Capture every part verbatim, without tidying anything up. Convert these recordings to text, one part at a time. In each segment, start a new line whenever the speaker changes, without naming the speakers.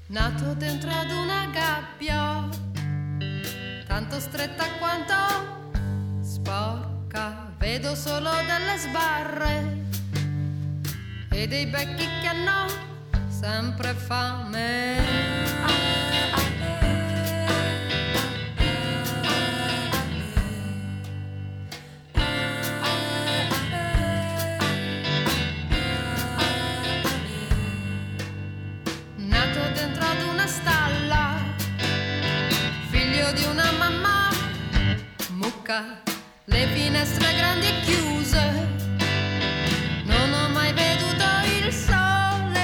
Nato dentro ad una gabbia, tanto stretta quanto sporca, vedo solo delle sbarre e dei becchi che hanno sempre fame. Nato dentro ad una stalla, figlio di una mamma mucca, le finestre grandi e chiuse, non ho mai veduto il sole.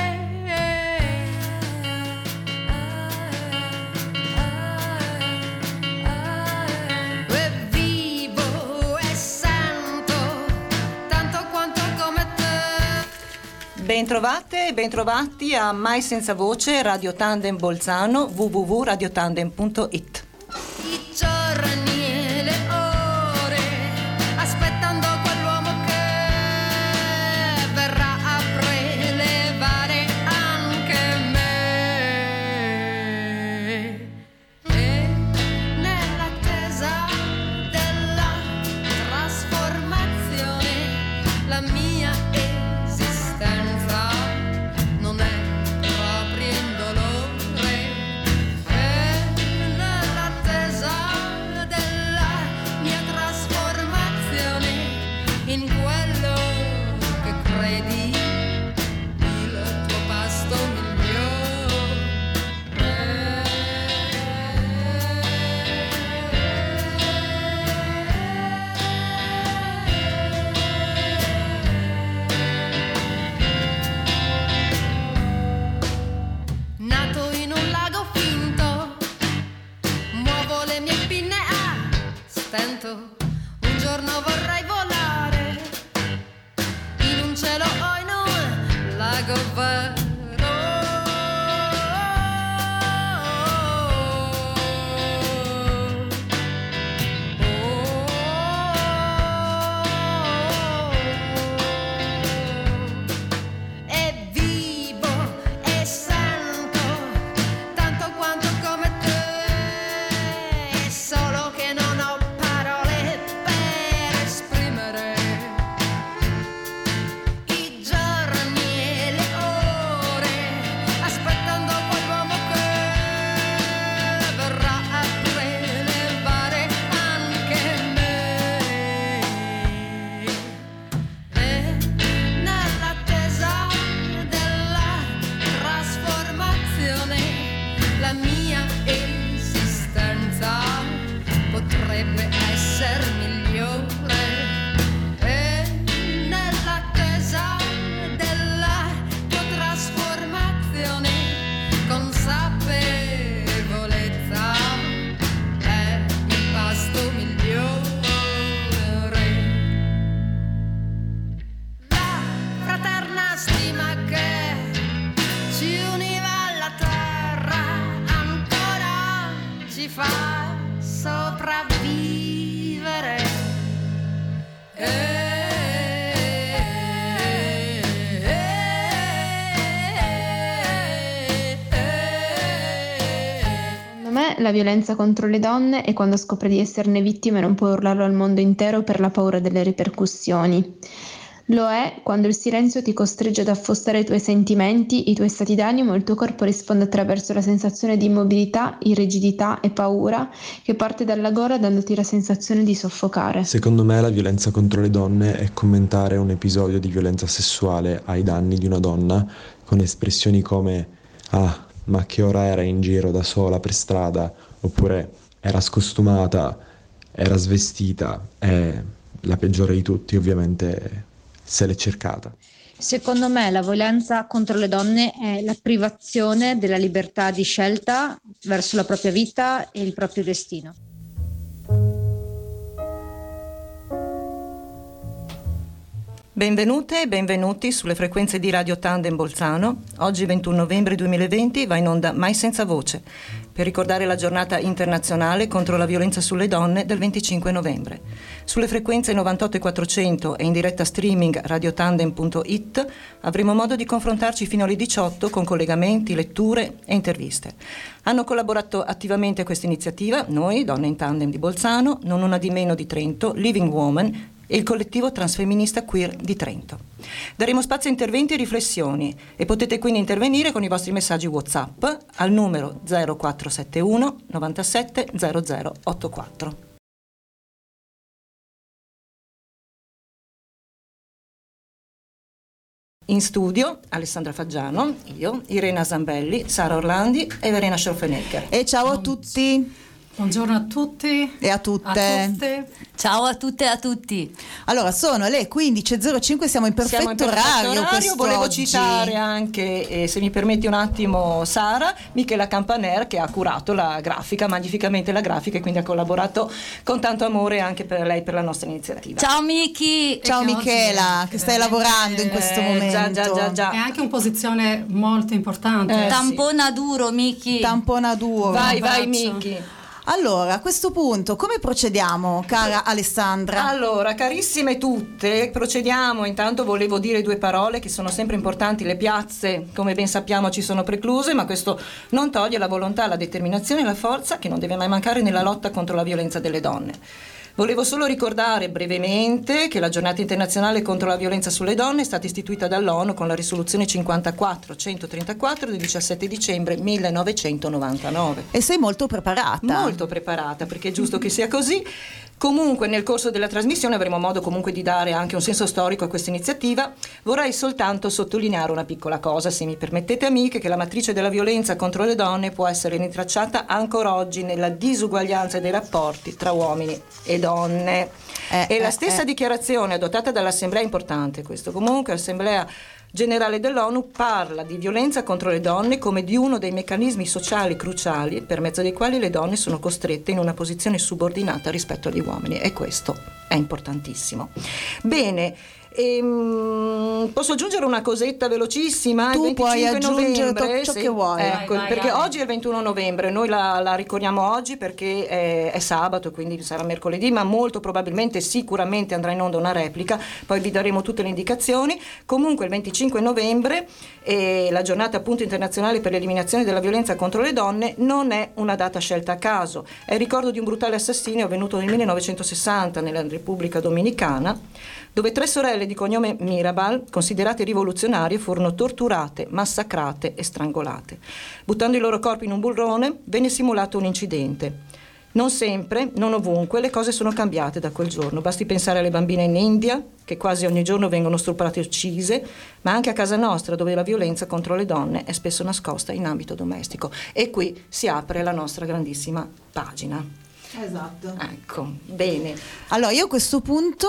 E vivo e sento tanto quanto come te.
Bentrovate e bentrovati a Mai Senza Voce, Radio Tandem Bolzano, w w w punto radio tandem punto i t.
I giorni e le ore, aspettando quell'uomo che verrà a prelevare anche me. E nell'attesa della trasformazione, la mia esistenza non è proprio indolore. E nell'attesa della mia trasformazione in quello che credi il tuo pasto nato in un lago finto, muovo le mie pinne a stento. Un giorno vorrei volare in un cielo o in un lago vero. E vivo e sento tanto quanto come te, solo che non ho parole per esprimere i giorni e le ore, aspettando quell'uomo che verrà a prelevare anche me. E nell'attesa della trasformazione, la mia esistenza potrebbe essere migliore. E nell'attesa della tua trasformazione, consapevolezza è il pasto migliore. La fraterna stima che ci univa alla terra ancora ci fa sopravvivere.
Secondo me la violenza contro le donne è quando scopri di esserne vittima e non puoi urlarlo al mondo intero per la paura delle ripercussioni. Lo è quando il silenzio ti costringe ad affossare i tuoi sentimenti, i tuoi stati d'animo e il tuo corpo risponde attraverso la sensazione di immobilità, irrigidità e paura che parte dalla gola dandoti la sensazione di soffocare.
Secondo me la violenza contro le donne è commentare un episodio di violenza sessuale ai danni di una donna con espressioni come "ah, ma che ora era in giro da sola per strada", oppure "era scostumata, era svestita", e la peggiore di tutti ovviamente se l'è cercata.
Secondo me la violenza contro le donne è la privazione della libertà di scelta verso la propria vita e il proprio destino.
Benvenute e benvenuti sulle frequenze di Radio Tandem Bolzano. Oggi ventuno novembre duemilaventi va in onda Mai Senza Voce per ricordare la giornata internazionale contro la violenza sulle donne del venticinque novembre. Sulle frequenze novantotto e quattrocento e in diretta streaming radiotandem punto it avremo modo di confrontarci fino alle diciotto con collegamenti, letture e interviste. Hanno collaborato attivamente a questa iniziativa noi, Donne in Tandem di Bolzano, Non Una di Meno di Trento, Living Woman e il collettivo transfemminista queer di Trento. Daremo spazio a interventi e riflessioni e potete quindi intervenire con i vostri messaggi WhatsApp al numero zero quattro sette uno novantasette zero zero ottantaquattro. In studio Alessandra Faggiano, io, Irena Zambelli, Sara Orlandi e Verena Schorfenegger.
E ciao a tutti.
Buongiorno a tutti
e a tutte.
a tutte.
Ciao a tutte e a tutti.
Allora, sono le quindici e zero cinque, siamo in perfetto,
siamo in perfetto
orario.
orario. Volevo
oggi.
citare anche, eh, se mi permetti un attimo, Sara, Michela Campaner, che ha curato la grafica, magnificamente la grafica, e quindi ha collaborato con tanto amore anche per lei, per la nostra iniziativa.
Ciao Miki!
Ciao Michela, oggi, che stai lavorando in questo
eh,
momento.
Già, già, già, già.
È anche una posizione molto importante.
Eh, Tampona sì. duro, Miki.
Tampona duro.
Vai, vai, Miki.
Allora, a questo punto, come procediamo, cara Alessandra?
Allora, carissime tutte, procediamo. Intanto volevo dire due parole che sono sempre importanti. Le piazze, come ben sappiamo, ci sono precluse, ma questo non toglie la volontà, la determinazione e la forza che non deve mai mancare nella lotta contro la violenza delle donne. Volevo solo ricordare brevemente che la giornata internazionale contro la violenza sulle donne è stata istituita dall'ONU con la risoluzione cinquantaquattro centotrentaquattro del diciassette dicembre millenovecentonovantanove.
E sei molto preparata.
Molto preparata, perché è giusto che sia così. Comunque nel corso della trasmissione avremo modo comunque di dare anche un senso storico a questa iniziativa. Vorrei soltanto sottolineare una piccola cosa, se mi permettete amiche, che la matrice della violenza contro le donne può essere rintracciata ancora oggi nella disuguaglianza dei rapporti tra uomini e donne. Eh, e la stessa eh, dichiarazione adottata dall'Assemblea, importante questo comunque, l'Assemblea Generale dell'ONU parla di violenza contro le donne come di uno dei meccanismi sociali cruciali per mezzo dei quali le donne sono costrette in una posizione subordinata rispetto agli uomini, e questo è importantissimo. Bene, ehm, posso aggiungere una cosetta velocissima?
Tu
il
puoi aggiungere
novembre,
ciò
sì,
che vuoi.
Ecco,
vai, vai,
perché
vai.
oggi è il ventuno novembre, noi la, la ricordiamo oggi perché è, è sabato, quindi sarà mercoledì, ma molto probabilmente, sicuramente andrà in onda una replica, poi vi daremo tutte le indicazioni. Comunque il venticinque novembre è la giornata appunto internazionale per l'eliminazione della violenza contro le donne. Non è una data scelta a caso, è il ricordo di un brutale assassinio avvenuto nel millenovecentosessanta nella Repubblica Dominicana, dove tre sorelle di cognome Mirabal, considerate rivoluzionarie, furono torturate, massacrate e strangolate. Buttando i loro corpi in un burrone venne simulato un incidente. Non sempre, non ovunque, le cose sono cambiate da quel giorno. Basti pensare alle bambine in India, che quasi ogni giorno vengono stuprate e uccise, ma anche a casa nostra, dove la violenza contro le donne è spesso nascosta in ambito domestico. E qui si apre la nostra grandissima pagina.
Esatto.
Ecco, bene.
Allora io a questo punto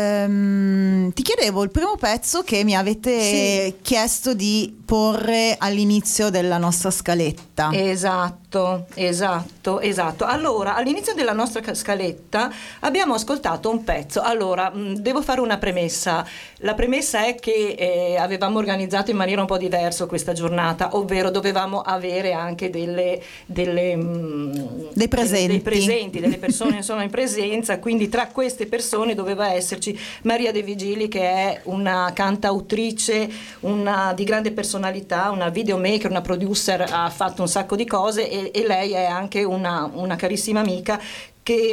ehm, ti chiedevo il primo pezzo che mi avete sì. chiesto di porre all'inizio della nostra scaletta.
Esatto, esatto, esatto. Allora, all'inizio della nostra scaletta abbiamo ascoltato un pezzo. Allora, mh, devo fare una premessa. La premessa è che eh, avevamo organizzato in maniera un po' diversa questa giornata, ovvero dovevamo avere anche delle, delle mh,
dei presenti.
Dei presenti, delle persone insomma in presenza, quindi tra queste persone doveva esserci Maria De Vigili, che è una cantautrice, una di grande personalità, una videomaker, una producer, ha fatto un sacco di cose e, e lei è anche una, una carissima amica che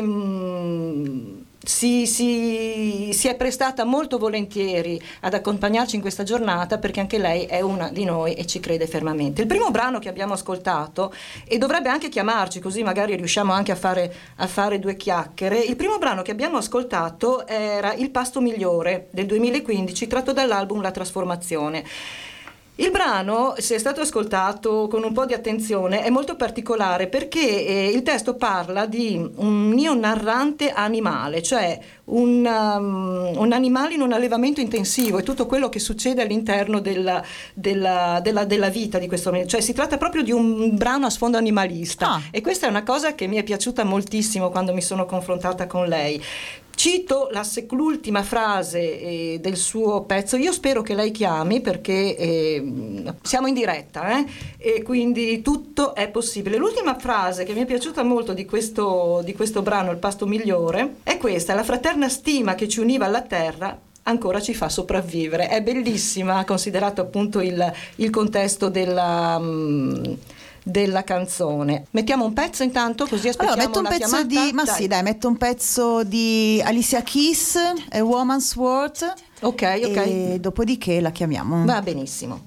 mh, Si, si, si è prestata molto volentieri ad accompagnarci in questa giornata, perché anche lei è una di noi e ci crede fermamente. Il primo brano che abbiamo ascoltato, e dovrebbe anche chiamarci così magari riusciamo anche a fare, a fare due chiacchiere, il primo brano che abbiamo ascoltato era Il pasto migliore del duemilaquindici, tratto dall'album La Trasformazione. Il brano, se è stato ascoltato con un po' di attenzione, è molto particolare perché eh, il testo parla di un neonarrante animale, cioè un, um, un animale in un allevamento intensivo e tutto quello che succede all'interno della, della, della, della vita di questo, cioè si tratta proprio di un brano a sfondo animalista. Ah. E questa è una cosa che mi è piaciuta moltissimo quando mi sono confrontata con lei. Cito la sec- l'ultima frase eh, del suo pezzo. Io spero che lei chiami perché eh, siamo in diretta eh, e quindi tutto è possibile. L'ultima frase che mi è piaciuta molto di questo, di questo brano, Il pasto migliore, è questa: la fraterna stima che ci univa alla terra ancora ci fa sopravvivere. È bellissima, considerato appunto il, il contesto della... Um, della canzone. Mettiamo un pezzo intanto, così aspettiamo
allora, metto un
la
pezzo
chiamata.
di ma
dai.
sì dai metto un pezzo di Alicia Keys, A Woman's Worth,
ok ok
e dopodiché la chiamiamo.
Va benissimo.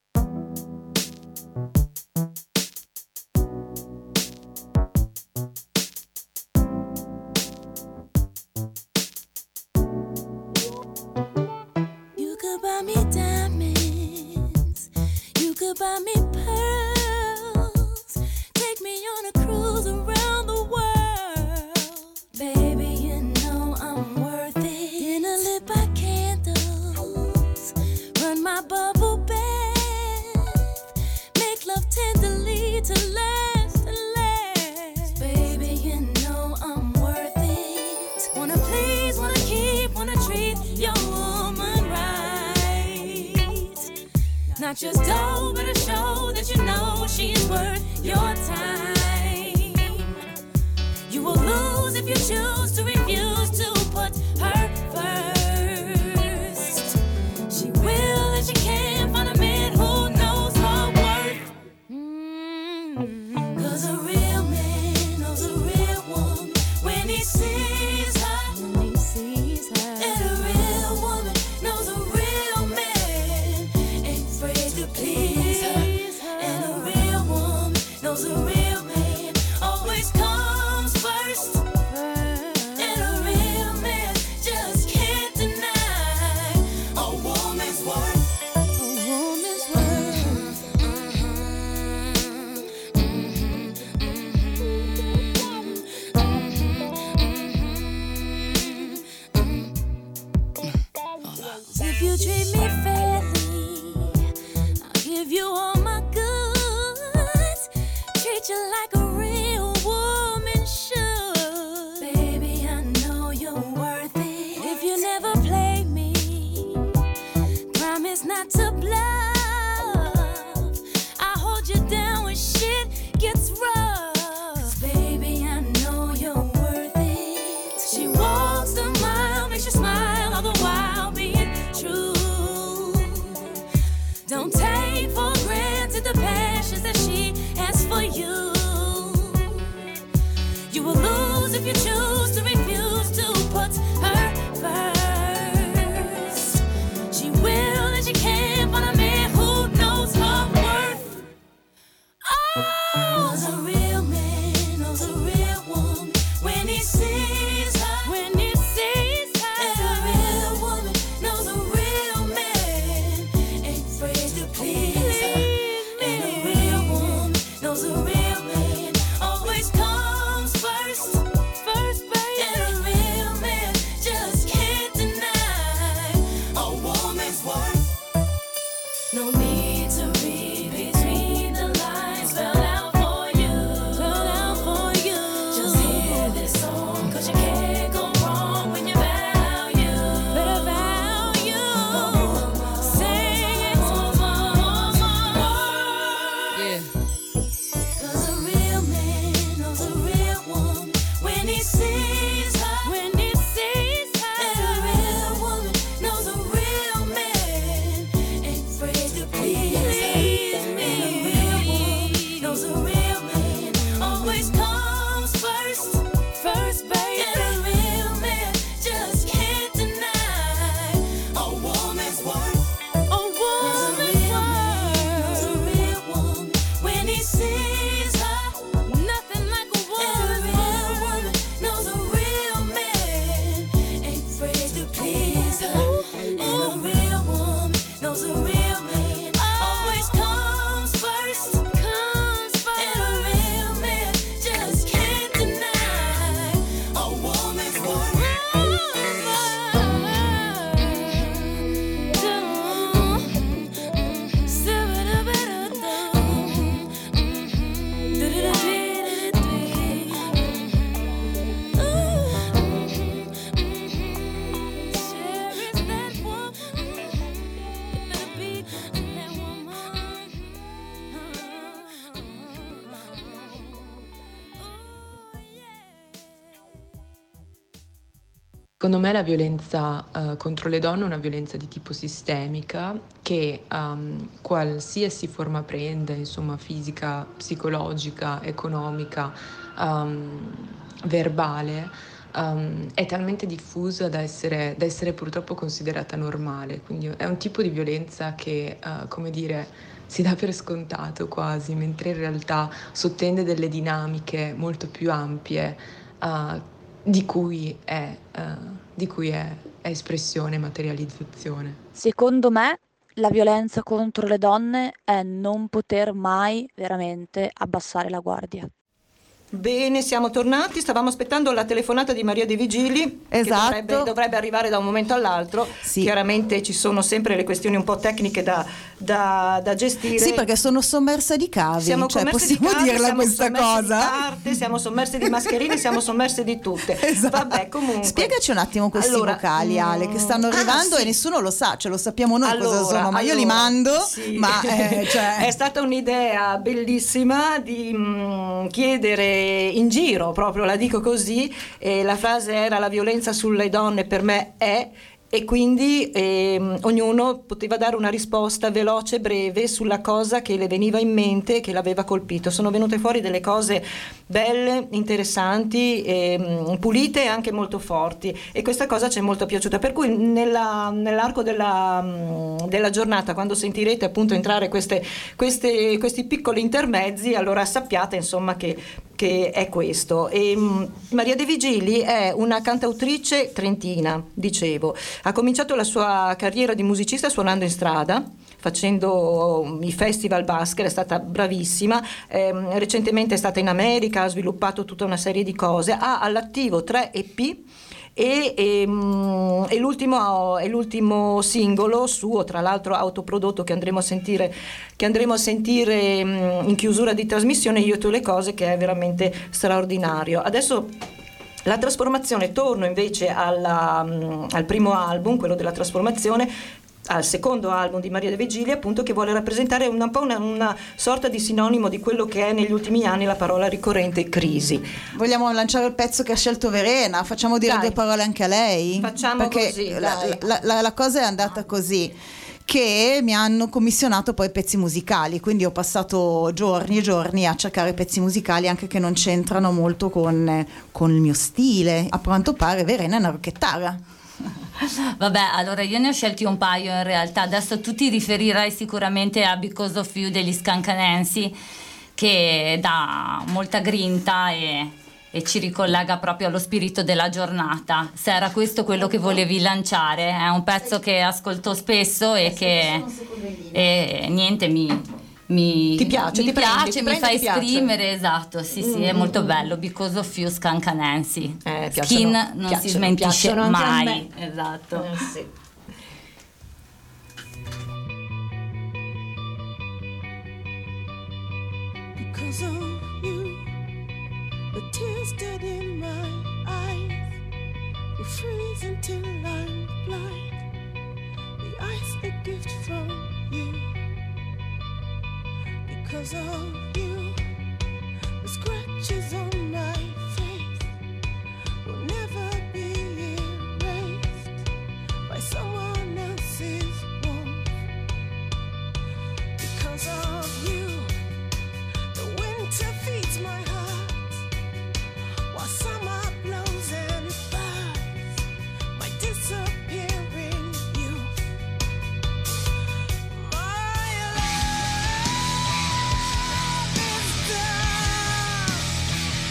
You could buy me diamonds, you could buy me pearls, take me on a cruise around the world. Baby, you know I'm worth it. Dinner lit by candles, run my bubble bath, make love tenderly to last and last. Baby, you know I'm worth it. Wanna please, wanna keep, wanna treat your woman right. Not just dough, but a show that you know she's worth your time. You will lose if you choose to refuse to put her first. She will and she can find a man who knows her worth. Mm-hmm. Cause a real man knows a real woman when he sees her. When he sees her. And a real woman knows a real man ain't afraid to please her. And a real woman knows a real man always comes first. And a real man just can't deny a woman's worth. A woman's worth. If you treat me fairly, I'll give you all my goods. Treat you like a real woman should. Baby, I know you're worth it. If you never play me, promise not to bluff. I hold you down when shit gets rough. 'Cause baby, I know you're worth it. She walks the mile, makes you smile, all the while being true. Don't take for granted the passions that she has for you.
Secondo me la violenza uh, contro le donne è una violenza di tipo sistemica che um, qualsiasi forma prende, insomma fisica, psicologica, economica, um, verbale, um, è talmente diffusa da essere, da essere purtroppo considerata normale. Quindi è un tipo di violenza che, uh, come dire, si dà per scontato quasi, mentre in realtà sottende delle dinamiche molto più ampie uh, di cui è, uh, di cui è, è espressione e materializzazione.
Secondo me la violenza contro le donne è non poter mai veramente abbassare la guardia.
Bene, siamo tornati, stavamo aspettando la telefonata di Maria De Vigili,
esatto.
che dovrebbe, dovrebbe arrivare da un momento all'altro. Sì. Chiaramente ci sono sempre le questioni un po' tecniche da, da, da gestire.
Sì, perché sono sommersa di cavi,
siamo
cioè, possiamo
di cavi,
dirla
siamo
questa cosa?
Di carte, siamo sommerse di mascherine, siamo sommerse di tutte.
Esatto.
Vabbè, comunque.
Spiegaci un attimo questi
allora,
vocali, Ale, che stanno arrivando ah, sì. e nessuno lo sa, cioè lo sappiamo noi
allora,
cosa sono, ma
allora,
io li mando,
sì.
ma eh, cioè...
è stata un'idea bellissima di mh, chiedere in giro, proprio la dico così, e la frase era: la violenza sulle donne per me è, e quindi ehm, ognuno poteva dare una risposta veloce, breve, sulla cosa che le veniva in mente e che l'aveva colpito. Sono venute fuori delle cose belle, interessanti, ehm, pulite e anche molto forti, e questa cosa ci è molto piaciuta, per cui nella, nell'arco della, della giornata, quando sentirete appunto entrare queste, queste, questi piccoli intermezzi, allora sappiate insomma che che è questo. E, um, Maria De Vigili è una cantautrice trentina, dicevo. Ha cominciato la sua carriera di musicista suonando in strada, facendo i festival basket, è stata bravissima, eh, recentemente è stata in America, ha sviluppato tutta una serie di cose, ha all'attivo tre E P e, e, e l'ultimo, è l'ultimo singolo suo, tra l'altro autoprodotto, che andremo a sentire che andremo a sentire in chiusura di trasmissione, Io e tu le cose, che è veramente straordinario. Adesso la trasformazione, torno invece alla, al primo album, quello della trasformazione, al secondo album di Maria De Vigili, appunto, che vuole rappresentare un po' una, una sorta di sinonimo di quello che è negli ultimi anni la parola ricorrente crisi.
Vogliamo lanciare il pezzo che ha scelto Verena? Facciamo dire
dai.
due parole anche a lei?
Facciamo
perché
così,
la, la, la, la cosa è andata così, che mi hanno commissionato poi pezzi musicali, quindi ho passato giorni e giorni a cercare pezzi musicali anche che non c'entrano molto con, con il mio stile. A quanto pare Verena è una rocchettara.
Vabbè, allora io ne ho scelti un paio in realtà. Adesso tu ti riferirai sicuramente a Because of You degli Scancanensi, che dà molta grinta e, e ci ricollega proprio allo spirito della giornata. Se era questo quello che volevi lanciare, è un pezzo che ascolto spesso e che e, niente mi Mi,
ti piace,
mi
ti
piace,
prendi, ti
mi fa
prendi,
esprimere, esatto, sì sì,
mm.
è molto bello. Because of You, Scancanensi.
Eh, piacciono,
Skin non
piacciono,
si smentisce mai.
Esatto.
Eh, sì.
Because of you, the tears dead in my eyes will freeze until I'm blind. The ice a gift from you. Because of you, the scratches on my face will never be erased by someone else's warmth. Because of you, the winter feeds my heart while summer blows and it burns my disappearing youth. My love is done.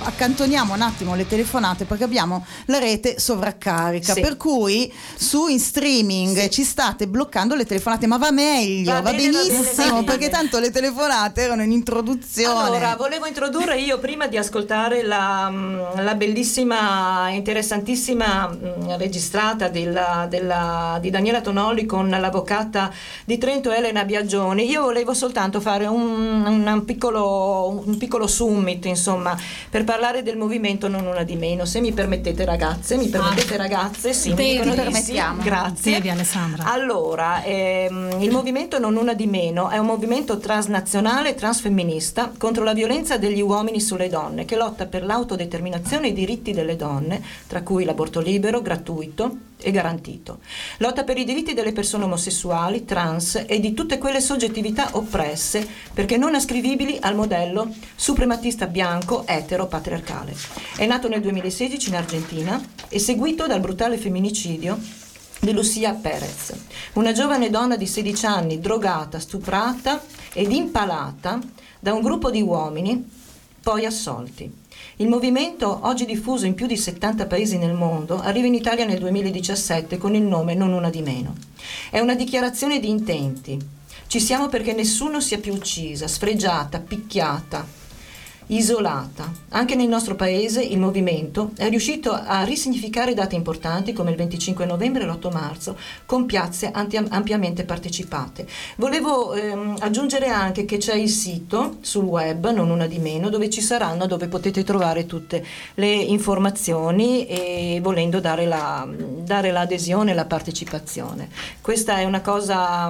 accantoniamo un attimo le telefonate perché abbiamo la rete sovraccarica,
Sì.
per cui su in streaming
Sì.
ci state bloccando le telefonate, ma va meglio, va,
Va bene, va
benissimo,
bene, va bene.
perché tanto le telefonate erano in introduzione.
Allora, volevo introdurre io, prima di ascoltare la, la bellissima, interessantissima mh, registrata della, della, di Daniela Tonolli con l'avvocata di Trento Elena Biagioni, io volevo soltanto fare un, un, piccolo, un piccolo summit, insomma, per parlare del movimento Non Una Di Meno. Se mi permettete ragazze, mi permettete ragazze? Sì, mi
Devi.
dicono di sì.
Permettiamo.
Grazie.
Devi, Alessandra.
Allora, ehm, il movimento Non Una Di Meno è un movimento transnazionale e transfemminista contro la violenza degli uomini sulle donne, che lotta per l'autodeterminazione e i diritti delle donne, tra cui l'aborto libero, gratuito e garantito. Lotta per i diritti delle persone omosessuali, trans e di tutte quelle soggettività oppresse perché non ascrivibili al modello suprematista bianco etero patriarcale. È nato nel duemilasedici in Argentina e seguito dal brutale femminicidio di Lucia Perez, una giovane donna di sedici anni drogata, stuprata ed impalata da un gruppo di uomini poi assolti. Il movimento, oggi diffuso in più di settanta paesi nel mondo, arriva in Italia nel duemiladiciassette con il nome Non Una Di Meno. È una dichiarazione di intenti. Ci siamo perché nessuno sia più uccisa, sfregiata, picchiata, isolata. Anche nel nostro paese il movimento è riuscito a risignificare date importanti come il venticinque novembre e l'otto marzo con piazze anti- ampiamente partecipate. Volevo ehm, aggiungere anche che c'è il sito sul web Non Una Di Meno dove ci saranno, dove potete trovare tutte le informazioni e volendo dare, la, dare l'adesione e la partecipazione. Questa è una cosa,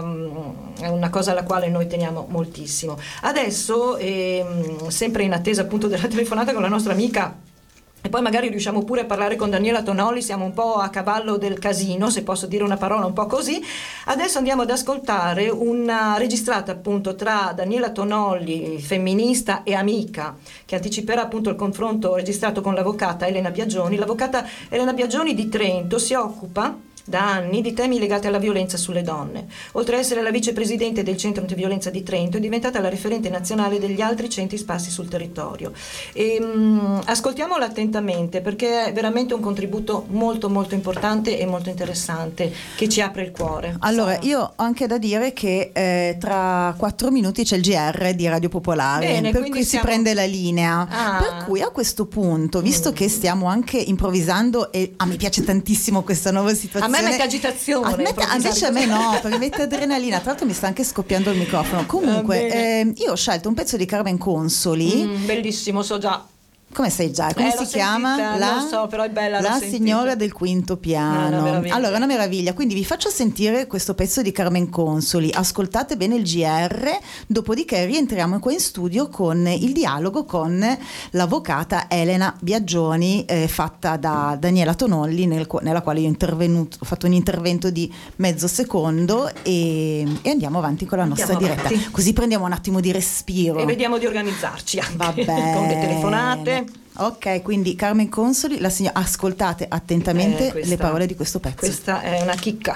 è una cosa alla quale noi teniamo moltissimo. Adesso, ehm, sempre in attesa appunto della telefonata con la nostra amica, e poi magari riusciamo pure a parlare con Daniela Tonolli, siamo un po' a cavallo del casino, se posso dire una parola un po' così. Adesso andiamo ad ascoltare una registrata appunto tra Daniela Tonolli, femminista e amica, che anticiperà appunto il confronto registrato con l'avvocata Elena Biagioni. L'avvocata Elena Biagioni di Trento si occupa da anni di temi legati alla violenza sulle donne. Oltre ad essere la vicepresidente del Centro Antiviolenza di Trento, è diventata la referente nazionale degli altri centri sparsi sul territorio. E, mh, ascoltiamola attentamente perché è veramente un contributo molto molto importante e molto interessante che ci apre il cuore.
Allora, io ho anche da dire che eh, tra quattro minuti c'è il G R di Radio Popolare,
Bene,
per
quindi
cui
siamo-
si prende la linea.
Ah.
Per cui a questo punto, visto
Mm.
che stiamo anche improvvisando, e a me piace tantissimo questa nuova situazione.
A me mette agitazione.
A me-
improvvisare
invece a me
così.
no, perché mette adrenalina. Tra l'altro mi sta anche scoppiando il microfono. Comunque,
Va bene.
ehm, io ho scelto un pezzo di Carmen Consoli.
Mm, bellissimo, so già.
Come sai già? Come
Eh,
si
l'ho
chiama?
sentita,
la
non so, però è bella, l'ho
la
sentita.
signora del quinto
È
piano.
una meraviglia.
Allora, è una meraviglia. Quindi vi faccio sentire questo pezzo di Carmen Consoli. Ascoltate bene il G R, dopodiché rientriamo qua in studio con il dialogo con l'avvocata Elena Biagioni, eh, fatta da Daniela Tonolli, nel, qu- nella quale io ho intervenuto, ho fatto un intervento di mezzo secondo e, e andiamo avanti con la nostra
Andiamo
diretta.
avanti.
Così prendiamo un attimo di respiro.
E vediamo di organizzarci anche
Va bene.
con le telefonate.
Ok, quindi Carmen Consoli, la signora, ascoltate attentamente
Eh, questa-
le parole di questo pezzo.
Questa è una chicca.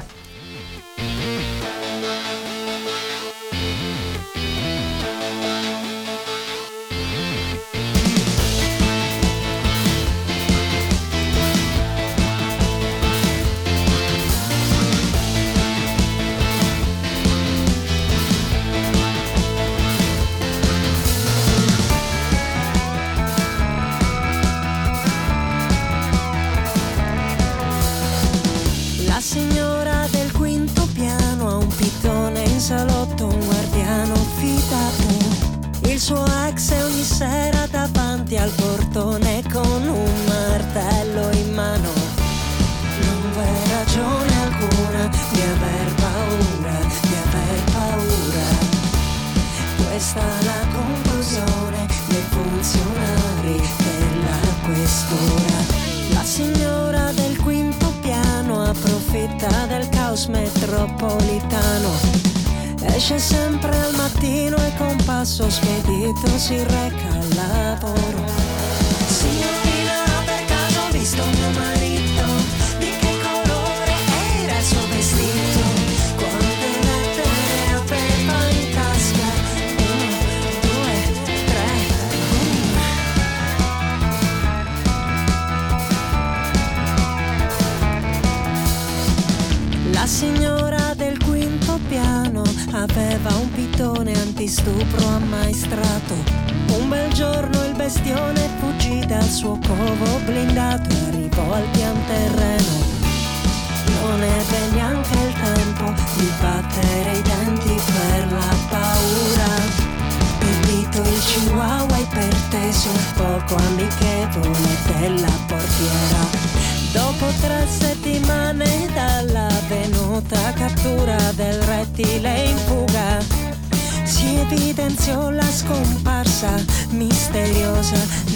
La signora del quinto piano ha un pitone in salotto, un guardiano fidato. Il suo ex è ogni sera davanti al portone con un martello in mano. Non v'è ragione alcuna di aver paura, di aver paura. Questa è la conclusione dei funzionari della questura. La signora del quinto piano approfitta del caos metropolitano. Esce sempre al mattino e con passo spedito si reca al lavoro. Signorina, per caso ho visto mio marito? Di che colore era il suo vestito? Quante lettere aveva in tasca? Uno, due, tre. aveva un pitone antistupro ammaestrato. Un bel giorno il bestione fuggì dal suo covo blindato e arrivò al pian terreno. Non ebbe neanche il tempo di battere i denti per la paura. Pentito il chihuahua iperteso, poco amichevole della portiera. Dopo tre settimane dalla venuta cattura del rettile in fuga, si evidenziò la scomparsa misteriosa